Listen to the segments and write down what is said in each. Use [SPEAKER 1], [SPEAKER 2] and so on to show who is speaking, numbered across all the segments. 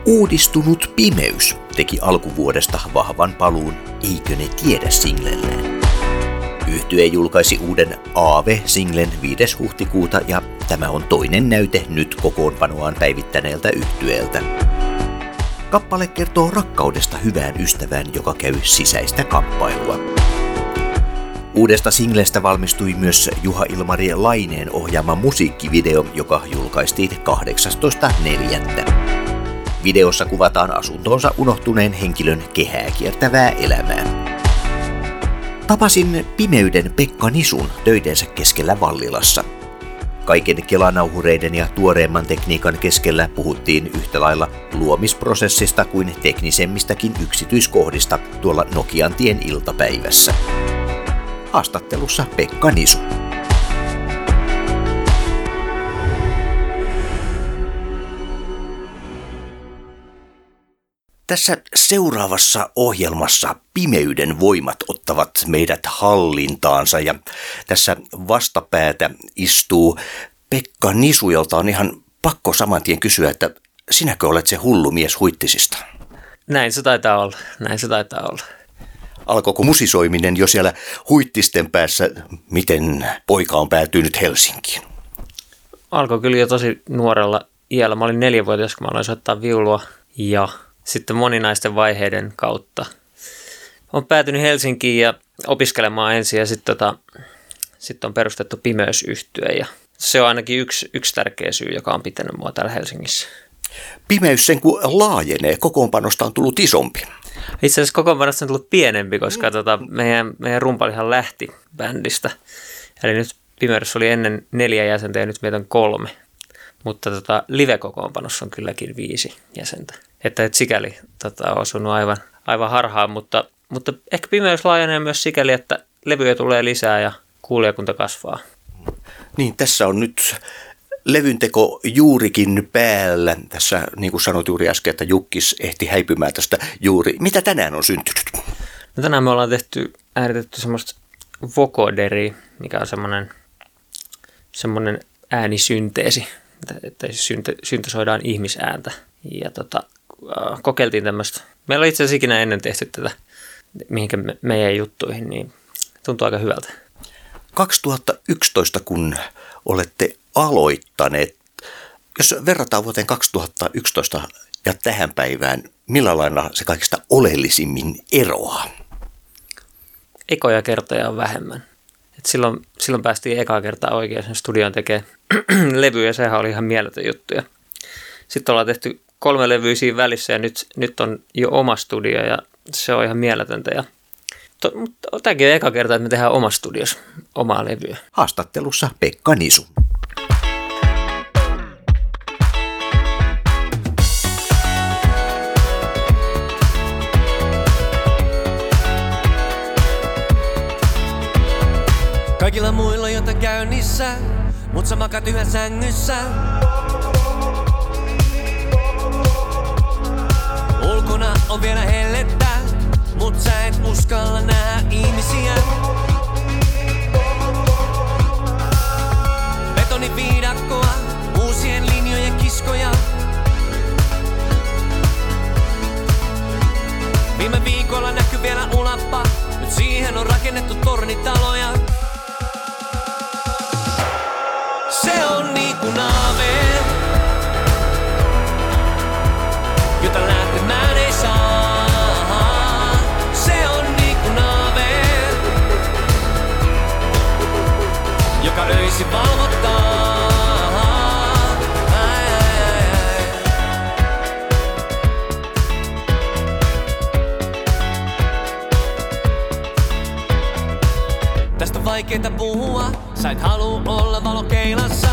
[SPEAKER 1] Uudistunut pimeys teki alkuvuodesta vahvan paluun Eikö ne tiedä -singlellään. Yhtye julkaisi uuden Aave-singlen 5. huhtikuuta ja tämä on toinen näyte nyt kokoonpanoaan päivittäneeltä yhtyeeltä. Kappale kertoo rakkaudesta hyvään ystävään, joka käy sisäistä kamppailua. Uudesta singlestä valmistui myös Juha Ilmari Laineen ohjaama musiikkivideo, joka julkaistiin 18.4. Videossa kuvataan asuntoonsa unohtuneen henkilön kehää kiertävää elämää. Tapasin pimeyden Pekka Nisun töidensä keskellä Vallilassa. Kaiken kelanauhureiden ja tuoreemman tekniikan keskellä puhuttiin yhtä lailla luomisprosessista kuin teknisemmistäkin yksityiskohdista tuolla Nokiantien iltapäivässä. Haastattelussa Pekka Nisu. Tässä seuraavassa ohjelmassa pimeyden voimat ottavat meidät hallintaansa ja tässä vastapäätä istuu Pekka Nisu, jolta on ihan pakko saman tien kysyä, että sinäkö olet se hullu mies Huittisista?
[SPEAKER 2] Näin se taitaa olla.
[SPEAKER 1] Alkoiko musisoiminen jo siellä Huittisten päässä, miten poika on päätynyt Helsinkiin?
[SPEAKER 2] Alkoi kyllä jo tosi nuorella iällä. Mä olin 4-vuotias, kun mä aloin soittaa viulua ja sitten moninaisten vaiheiden kautta olen päätynyt Helsinkiin ja opiskelemaan ensin ja sitten on perustettu Pimeysyhtye ja se on ainakin yksi tärkeä syy, joka on pitänyt mua täällä Helsingissä.
[SPEAKER 1] Pimeys sen kun laajenee, kokoonpanosta on tullut isompi.
[SPEAKER 2] Itse asiassa kokoonpanosta on tullut pienempi, koska meidän rumpalihan lähti bändistä. Eli nyt Pimeydessä oli ennen 4 jäsentä ja nyt meitä on 3. Mutta live-kokoonpanossa on kylläkin 5 jäsentä. Että sikäli on osunut aivan harhaan, mutta ehkä Pimeys laajenee myös sikäli, että levyjä tulee lisää ja kuulijakunta kasvaa.
[SPEAKER 1] Niin, tässä on nyt levynteko juurikin päällä. Tässä, niin kuin sanoit juuri äsken, että Jukkis ehti häipymään tästä juuri. Mitä tänään on syntynyt?
[SPEAKER 2] No tänään me ollaan äänitetty semmoista vokoderia, mikä on semmoinen äänisynteesi, että syntesoidaan ihmisääntä. Ja kokeiltiin tämmöistä. Meillä on itse asiassa ikinä ennen tehty tätä mihinkä meidän juttuihin, niin tuntuu aika hyvältä.
[SPEAKER 1] 2011, kun olette aloittaneet, jos verrataan vuoteen 2011 ja tähän päivään, millä lailla se kaikista oleellisimmin eroaa?
[SPEAKER 2] Ekoja kertoja on vähemmän. Et silloin päästiin ekaa kertaa oikein sen studioon tekemään levyä ja sehän oli ihan mieletön juttu. Ja sitten ollaan tehty 3 levyä siinä välissä ja nyt on jo oma studio ja se on ihan mieletöntä. Ja tämäkin on eka kerta, että me tehdään omassa studiossa omaa levyä.
[SPEAKER 1] Haastattelussa Pekka Nisu.
[SPEAKER 3] Kaikilla muilla jotain käynnissä, mut sä makat yhä sängyssä. Ulkona on vielä hellettä, mut sä et uskalla nähdä ihmisiä. Betoniviidakkoa, uusien linjojen kiskoja. Viime viikolla näkyy vielä ulappa, nyt siihen on rakennettu tornitaloja. Se on niinku naave, jota lähtemään ei saa. Se on niinku naave, joka öisin valvottaa. Tästä on vaikeeta puhua, sä et haluu olla valokeilassa.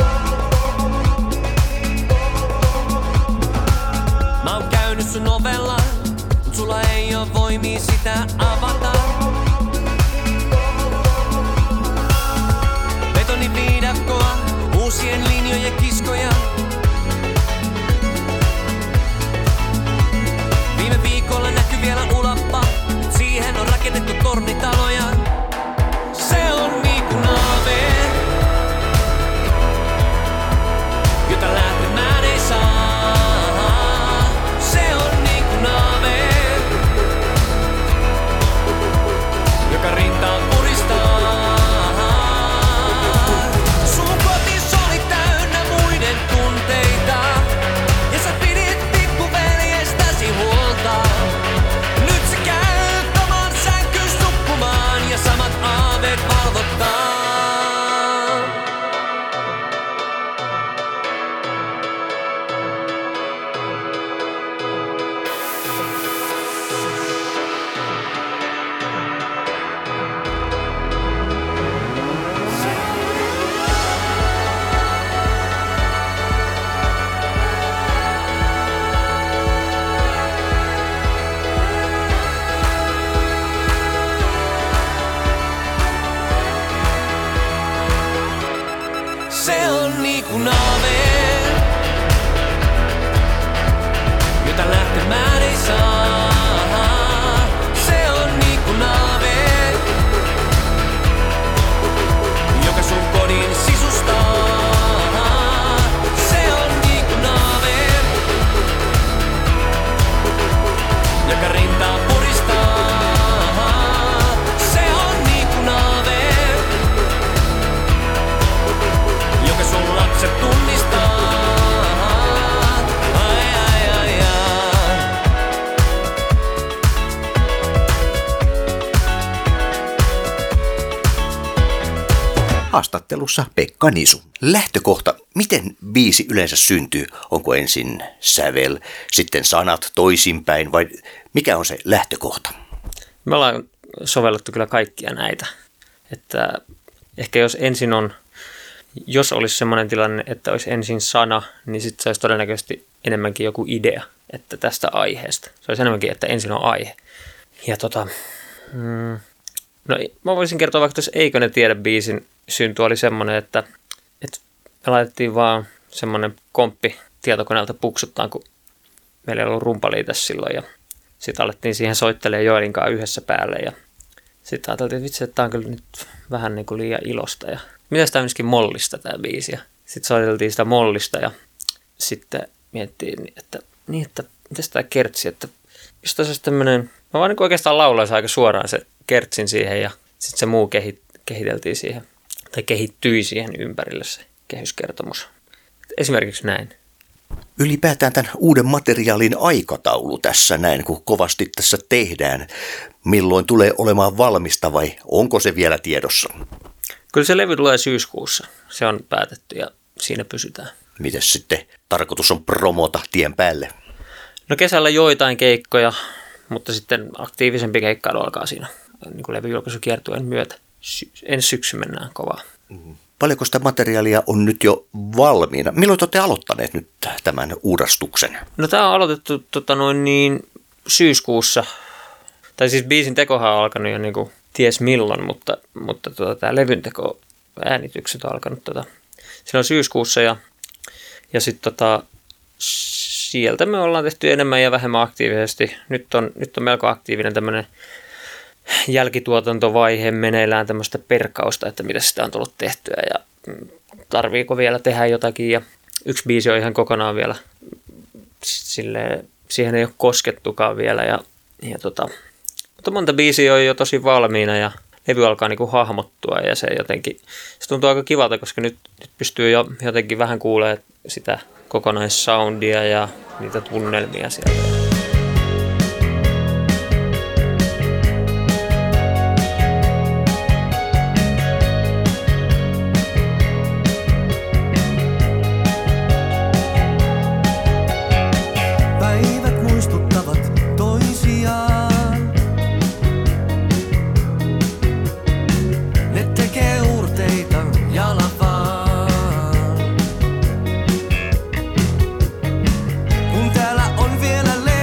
[SPEAKER 3] Mä oon käynyt sun ovella, mut sulla ei oo voimia sitä avata. Betoniviidakkoa, uusien linjojen kiskoja. Viime viikolla näkyy vielä ulappa, nyt siihen on rakennettu tornitaloja. Se on niinku naave, jota lähtemään ei saa. Se on niinku naave, jota lähtemään ei saa. Se on niinku naave, joka sun kodin sisustaa. Se on niinku naave, joka rintaa puristaa. Se on niinku naave, joka sun lapset tunnistaa. Ai, ai, ai, ai.
[SPEAKER 1] Haastattelussa Pekka Nisu. Lähtökohta, miten biisi yleensä syntyy? Onko ensin sävel, sitten sanat toisinpäin vai mikä on se lähtökohta?
[SPEAKER 2] Me ollaan sovellettu kyllä kaikkia näitä. Että ehkä jos olisi semmoinen tilanne, että olisi ensin sana, niin sitten se olisi todennäköisesti enemmänkin joku idea, että tästä aiheesta. Se olisi enemmänkin, että ensin on aihe. Ja no mä voisin kertoa vaikka tuossa Eikö ne tiedä -biisin synty oli semmoinen, että me laitettiin vaan semmoinen komppi tietokoneelta puksuttaan, kun meillä ei ollut rumpaliite silloin. Ja sitten alettiin siihen soittelemaan Joelin kanssa yhdessä päälle. Ja sitten ajateltiin, että vitsi, että tämä on kyllä nyt vähän niin kuin liian ilosta. Ja mitäs tämä myöskin mollista tämä biisi. Ja sitten soiteltiin sitä mollista ja sitten miettiin, että mitäs tämä kertsi, että jos tässä olisi tämmöinen, mä vaan niin oikeastaan laulaisin aika suoraan se kertsin siihen ja sitten se muu kehiteltiin siihen, tai kehittyi siihen ympärille se kehyskertomus. Esimerkiksi näin.
[SPEAKER 1] Ylipäätään tämän uuden materiaalin aikataulu tässä näin, kun kovasti tässä tehdään. Milloin tulee olemaan valmista vai onko se vielä tiedossa?
[SPEAKER 2] Kyllä se levy tulee syyskuussa. Se on päätetty ja siinä pysytään.
[SPEAKER 1] Mites sitten tarkoitus on promota tien päälle?
[SPEAKER 2] No kesällä joitain keikkoja, mutta sitten aktiivisempi keikkailu alkaa siinä niin kuin levyjulkaisukiertueen myötä. Ensi syksy mennään kovaa.
[SPEAKER 1] Paljonko sitä materiaalia on nyt jo valmiina? Milloin te olette aloittaneet nyt tämän uudistuksen?
[SPEAKER 2] No tämä on aloitettu syyskuussa. Tai siis biisin tekohan on alkanut jo niin kuin ties milloin, mutta tämä levyn teko äänitykset on alkanut silloin syyskuussa ja sitten sieltä me ollaan tehty enemmän ja vähemmän aktiivisesti. Nyt on melko aktiivinen tämmöinen jälkituotantovaihe meneillään tämmöistä perkausta, että mitä sitä on tullut tehtyä ja tarviiko vielä tehdä jotakin. Ja yksi biisi on ihan kokonaan vielä, siihen ei ole koskettukaan vielä. Mutta monta biisiä on jo tosi valmiina ja levy alkaa niinku hahmottua ja se tuntuu aika kivalta, koska nyt pystyy jo jotenkin vähän kuulemaan sitä kokonaissoundia ja niitä tunnelmia sieltä.
[SPEAKER 3] Kun täällä on vielä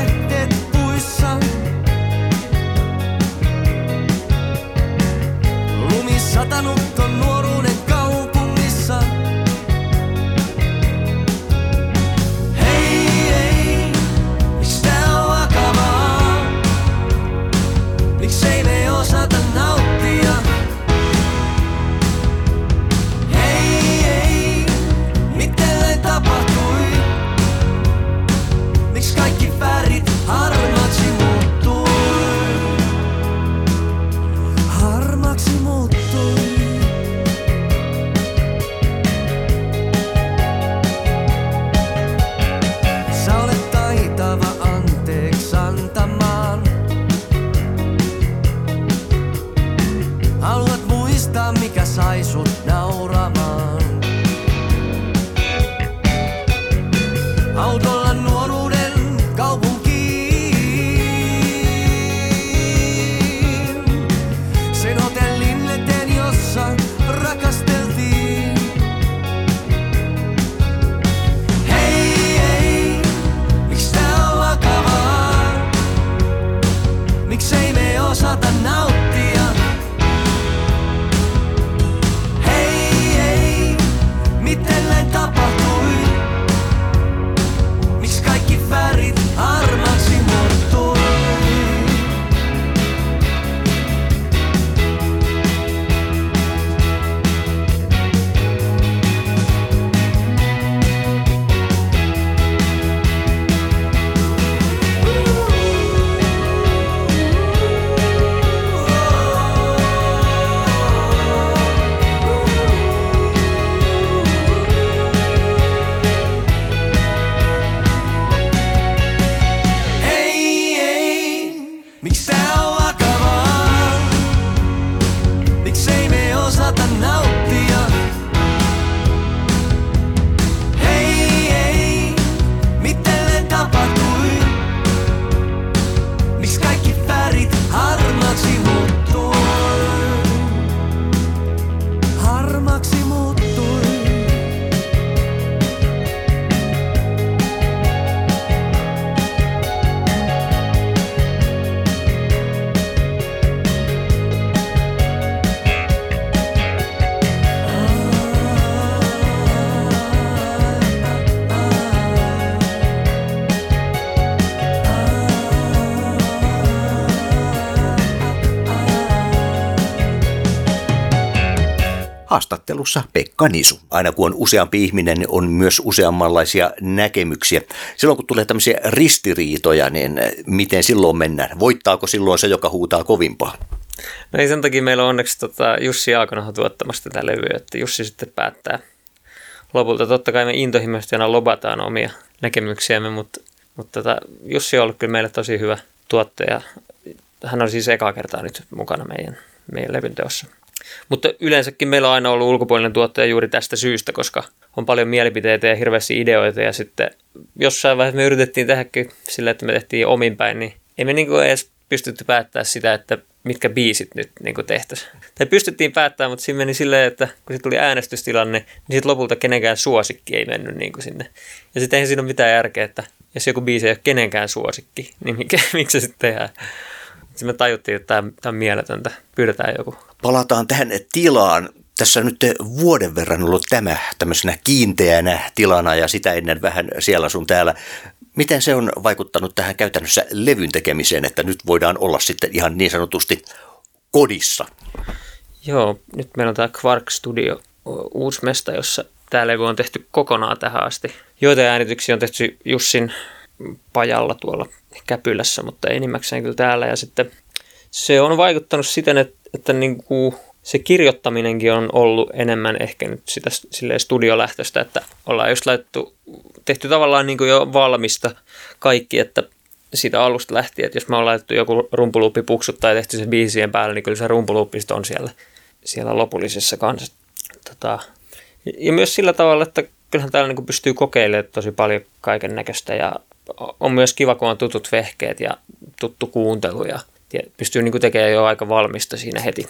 [SPEAKER 1] Haastattelussa Pekka Nisu. Aina kun on useampi ihminen, on myös useammanlaisia näkemyksiä. Silloin kun tulee tämmöisiä ristiriitoja, niin miten silloin mennään? Voittaako silloin se, joka huutaa kovimpaa?
[SPEAKER 2] No ei, sen takia meillä on onneksi Jussi Aakonaho tuottamassa tätä levyä, että Jussi sitten päättää lopulta. Totta kai me intohimoisesti aina lobataan omia näkemyksiämme, mutta Jussi on ollut kyllä meille tosi hyvä tuottaja. Hän on siis ekaa kertaa nyt mukana meidän levyn teossa. Mutta yleensäkin meillä on aina ollut ulkopuolinen tuottaja juuri tästä syystä, koska on paljon mielipiteitä ja hirveästi ideoita. Ja sitten jossain vaiheessa me yritettiin tehdäkin sillä, että me tehtiin omin päin, niin ei me niin edes pystytty päättämään sitä, että mitkä biisit nyt niin tehtäisiin. Tai pystyttiin päättämään, mutta siinä meni silleen, että kun se tuli äänestystilanne, niin sitten lopulta kenenkään suosikki ei mennyt niin sinne. Ja sitten eihän siinä ole mitään järkeä, että jos joku biisi ei ole kenenkään suosikki, niin miksi se sitten tehdään? Sitten me tajuttiin, että tämä on mieletöntä. Pyydetään joku.
[SPEAKER 1] Palataan tähän tilaan. Tässä on nyt vuoden verran ollut tämä tämmöisenä kiinteänä tilana ja sitä ennen vähän siellä sun täällä. Miten se on vaikuttanut tähän käytännössä levyn tekemiseen, että nyt voidaan olla sitten ihan niin sanotusti kodissa?
[SPEAKER 2] Joo, nyt meillä on tämä Quark Studio uusi mesta, jossa tämä levy on tehty kokonaan tähän asti. Joitain äänityksiä on tehty Jussin pajalla tuolla Käpylässä, mutta enimmäkseen kyllä täällä. Ja sitten se on vaikuttanut siten, että niin kuin se kirjoittaminenkin on ollut enemmän ehkä nyt sitä silleen studiolähtöistä, että ollaan just tehty tavallaan niin kuin jo valmista kaikki, että siitä alusta lähtien, että jos me ollaan laitettu joku rumpuluuppi puksut tai tehty se biisien päälle, niin kyllä se rumpuluuppi on siellä lopullisessa kanssa. Ja myös sillä tavalla, että kyllähän täällä niin kuin pystyy kokeilemaan tosi paljon kaiken näköistä ja on myös kiva, kun on tutut vehkeet ja tuttu kuuntelu ja pystyy niin kuin tekemään jo aika valmista siinä heti.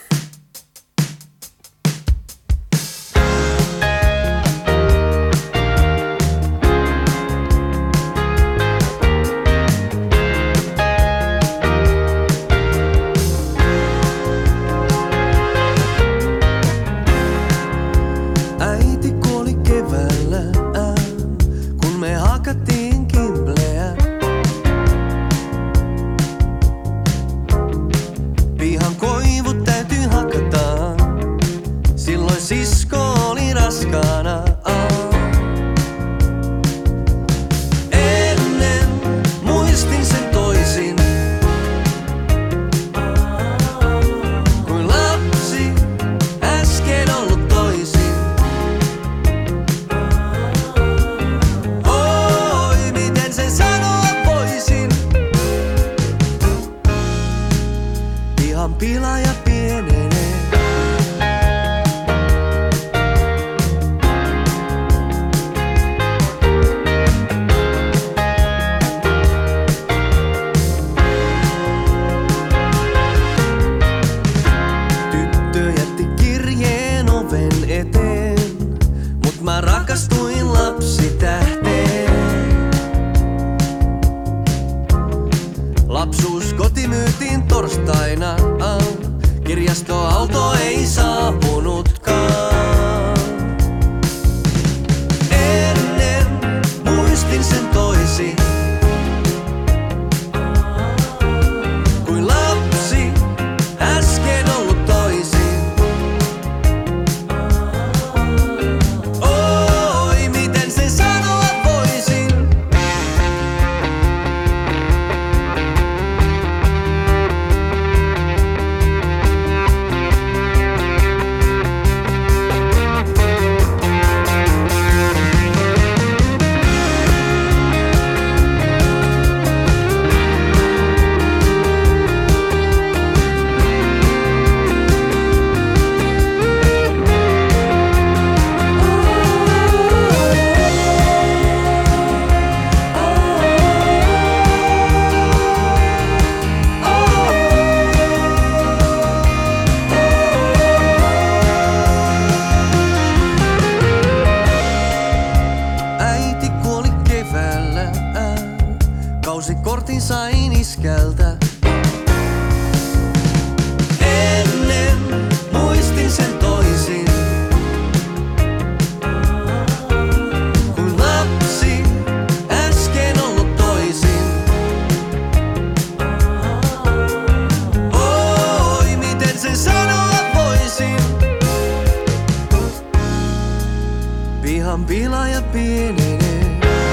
[SPEAKER 3] Vihan pilaaja pienenee.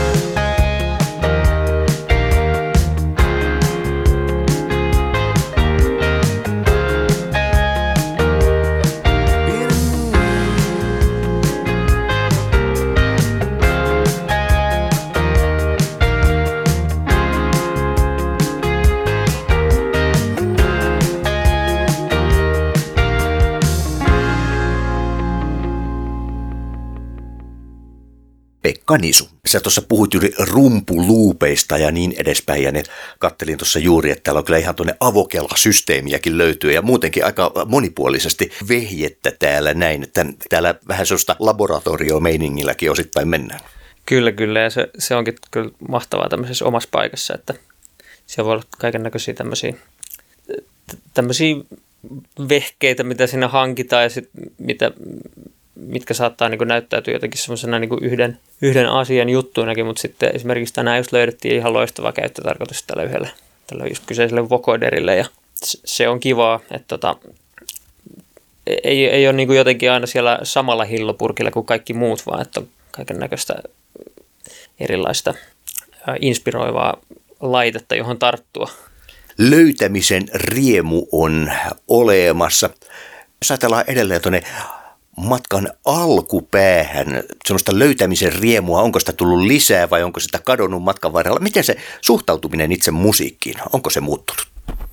[SPEAKER 1] Pekka Nisu. Sä tuossa puhuit juuri rumpuluupeista ja niin edespäin, ja ne kattelin tuossa juuri, että täällä on kyllä ihan tuonne Avokela-systeemiäkin löytyy, ja muutenkin aika monipuolisesti vehjettä täällä näin, että täällä vähän sellaista laboratoriomeiningilläkin osittain mennään.
[SPEAKER 2] Kyllä, ja se onkin kyllä mahtavaa tämmöisessä omassa paikassa, että siellä voi olla kaiken näköisiä tämmöisiä vehkeitä, mitä siinä hankitaan, ja sit, mitkä saattaa niin kuin näyttäytyä jotenkin semmoisena niin kuin yhden asian juttuinakin, mutta sitten esimerkiksi tänään just löydettiin ihan loistava käyttötarkoitus tällä just kyseiselle vocoderille, ja se on kivaa, että ei ole niin kuin jotenkin aina siellä samalla hillopurkilla kuin kaikki muut, vaan että on kaiken näköistä erilaista inspiroivaa laitetta, johon tarttua.
[SPEAKER 1] Löytämisen riemu on olemassa. Jos ajatellaan edelleen tuonne matkan alkupäähän, semmoista löytämisen riemua, onko sitä tullut lisää vai onko sitä kadonnut matkan varrella? Miten se suhtautuminen itse musiikkiin, onko se muuttunut?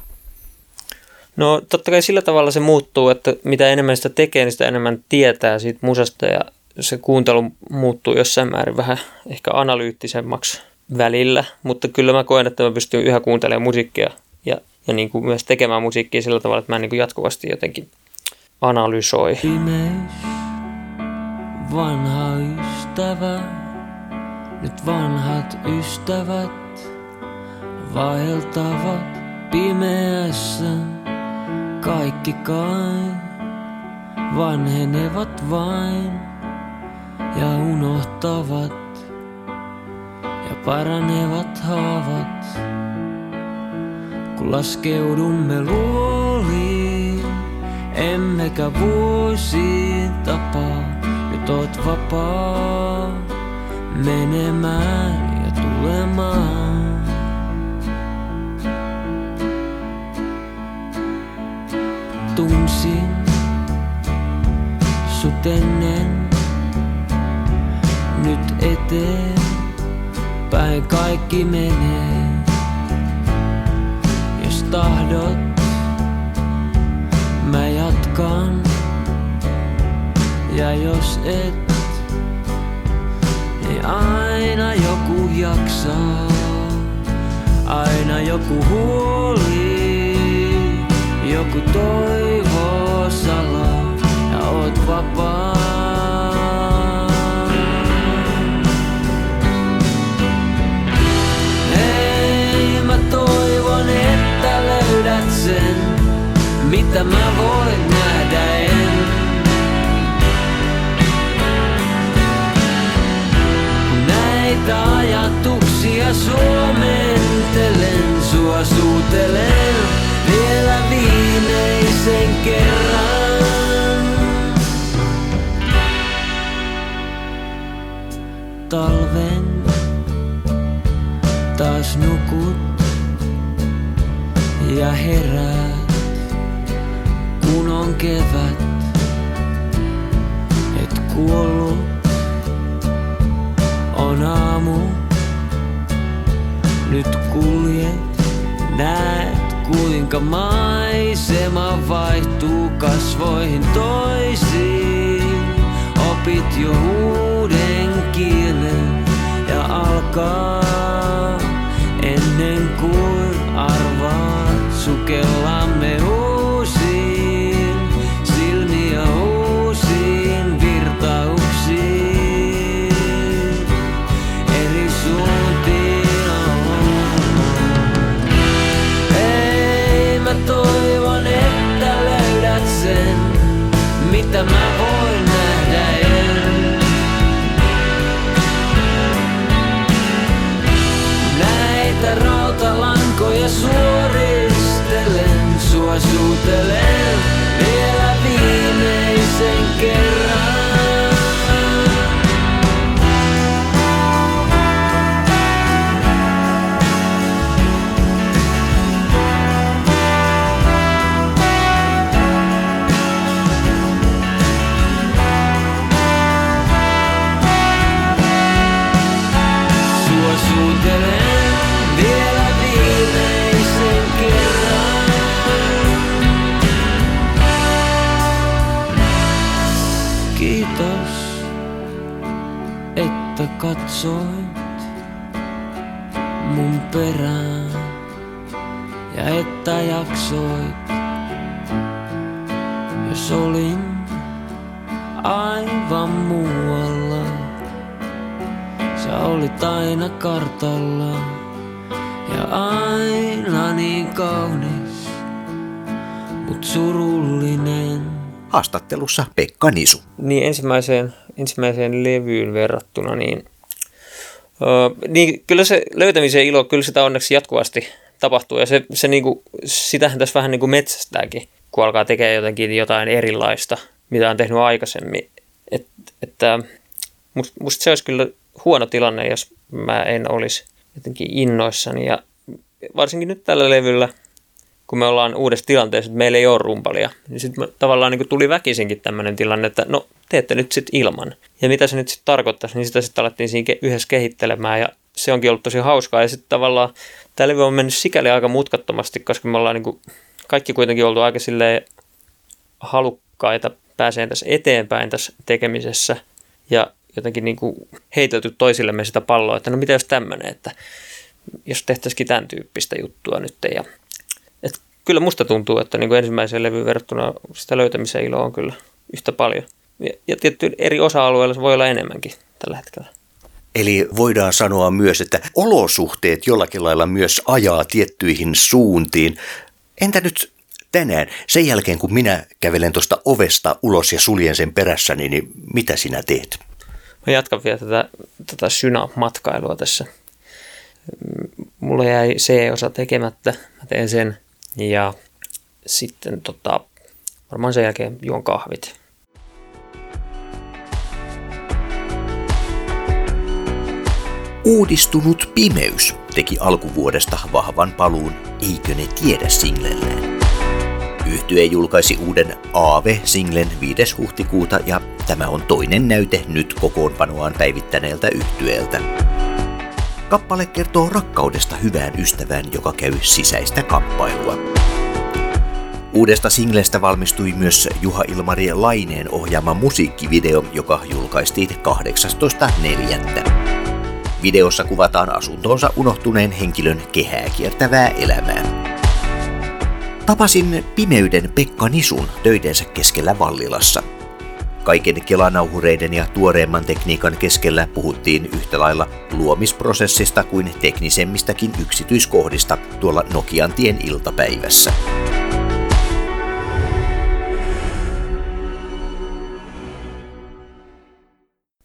[SPEAKER 2] No totta kai sillä tavalla se muuttuu, että mitä enemmän sitä tekee, niin sitä enemmän tietää siitä musasta, ja se kuuntelu muuttuu jossain määrin vähän ehkä analyyttisemmaksi välillä, mutta kyllä mä koen, että mä pystyn yhä kuuntelemaan musiikkia ja niin kuin myös tekemään musiikkia sillä tavalla, että mä niin kuin jatkuvasti jotenkin analysoi.
[SPEAKER 3] Pimeys, vanha ystävä, nyt vanhat ystävät vaeltavat pimeässä, kaikki kai vanhenevat vain ja unohtavat ja paranevat haavat, kun laskeudumme luoliin. Emmekä vuosiin tapaa, nyt oot vapaa menemään ja tulemaan. Tunsin sut ennen, nyt eteen päin kaikki menee. Jos tahdot, mä jatkan, ja jos et, niin aina joku jaksaa, aina joku huoli, joku toivoo salaa, ja oot vapaa. Hei, mä toivon, että löydät sen, mitä mä voin nähdä en. Kun näitä ajatuksia suomentelen, sua suutelen vielä viimeisen kerran. Talven taas nukut ja heräät, kun on kevät, et kuollut on aamu. Nyt kuljet, näet kuinka maisema vaihtuu kasvoihin toisiin. Opit jo uuden kielen ja alkaa ennen kuin arvaat sukellamme uusiin silmiä uusiin virtauksiin eri suuntiin. Hei, mä toivon, että löydät sen, mitä mä voin nähdä en. että katsoit mun perään ja että jaksoit, jos olin aivan muualla. Sä olit aina kartalla ja aina niin kaunis, mut surullinen.
[SPEAKER 1] Haastattelussa Pekka Nisu.
[SPEAKER 2] Niin ensimmäiseen levyyn verrattuna, niin kyllä se löytämisen ilo, kyllä sitä onneksi jatkuvasti tapahtuu. Ja se niinku, sitähän tässä vähän niin kuin metsästääkin, kun alkaa tekemään jotain erilaista, mitä on tehnyt aikaisemmin. Että musta se olisi kyllä huono tilanne, jos mä en olisi jotenkin innoissani. Ja varsinkin nyt tällä levyllä, kun me ollaan uudessa tilanteessa, että meillä ei ole rumpalia, niin sitten tavallaan niin tuli väkisinkin tämmöinen tilanne, että no teette nyt sitten ilman. Ja mitä se nyt sitten tarkoittaisi, niin sitä sitten alettiin siinä yhdessä kehittelemään ja se onkin ollut tosi hauskaa. Ja sitten tavallaan tämä levy on mennyt sikäli aika mutkattomasti, koska me ollaan niin kaikki kuitenkin oltu aika silleen halukkaita pääseen tässä eteenpäin tässä tekemisessä ja jotenkin niin kuin heitelty toisillemme sitä palloa, että no mitä jos tämmöinen, että jos tehtäisikin tämän tyyppistä juttua nyt. Ja et kyllä musta tuntuu, että niin kuin ensimmäiseen levyyn verrattuna sitä löytämisen iloa on kyllä yhtä paljon. Ja tietty eri osa-alueilla se voi olla enemmänkin tällä hetkellä.
[SPEAKER 1] Eli voidaan sanoa myös, että olosuhteet jollakin lailla myös ajaa tiettyihin suuntiin. Entä nyt tänään, sen jälkeen kun minä kävelen tuosta ovesta ulos ja suljen sen perässäni, niin mitä sinä teet?
[SPEAKER 2] Mä jatkan vielä tätä Syna-matkailua tässä. Mulla jäi C-osa tekemättä, mä teen sen ja sitten varmaan sen jälkeen juon kahvit.
[SPEAKER 1] Uudistunut pimeys teki alkuvuodesta vahvan paluun Eikö ne tiedä -singlellään. Yhtye julkaisi uuden Aave-singlen 5. huhtikuuta ja tämä on toinen näyte nyt kokoonpanoaan päivittäneeltä yhtyeeltä. Kappale kertoo rakkaudesta hyvään ystävään, joka käy sisäistä kamppailua. Uudesta singlestä valmistui myös Juha Ilmari Laineen ohjaama musiikkivideo, joka julkaistiin 18.4. Videossa kuvataan asuntoonsa unohtuneen henkilön kehää kiertävää elämää. Tapasin pimeyden Pekka Nisun töidensä keskellä Vallilassa. Kaiken kelanauhureiden ja tuoreemman tekniikan keskellä puhuttiin yhtä lailla luomisprosessista kuin teknisemmistäkin yksityiskohdista tuolla Nokiantien iltapäivässä.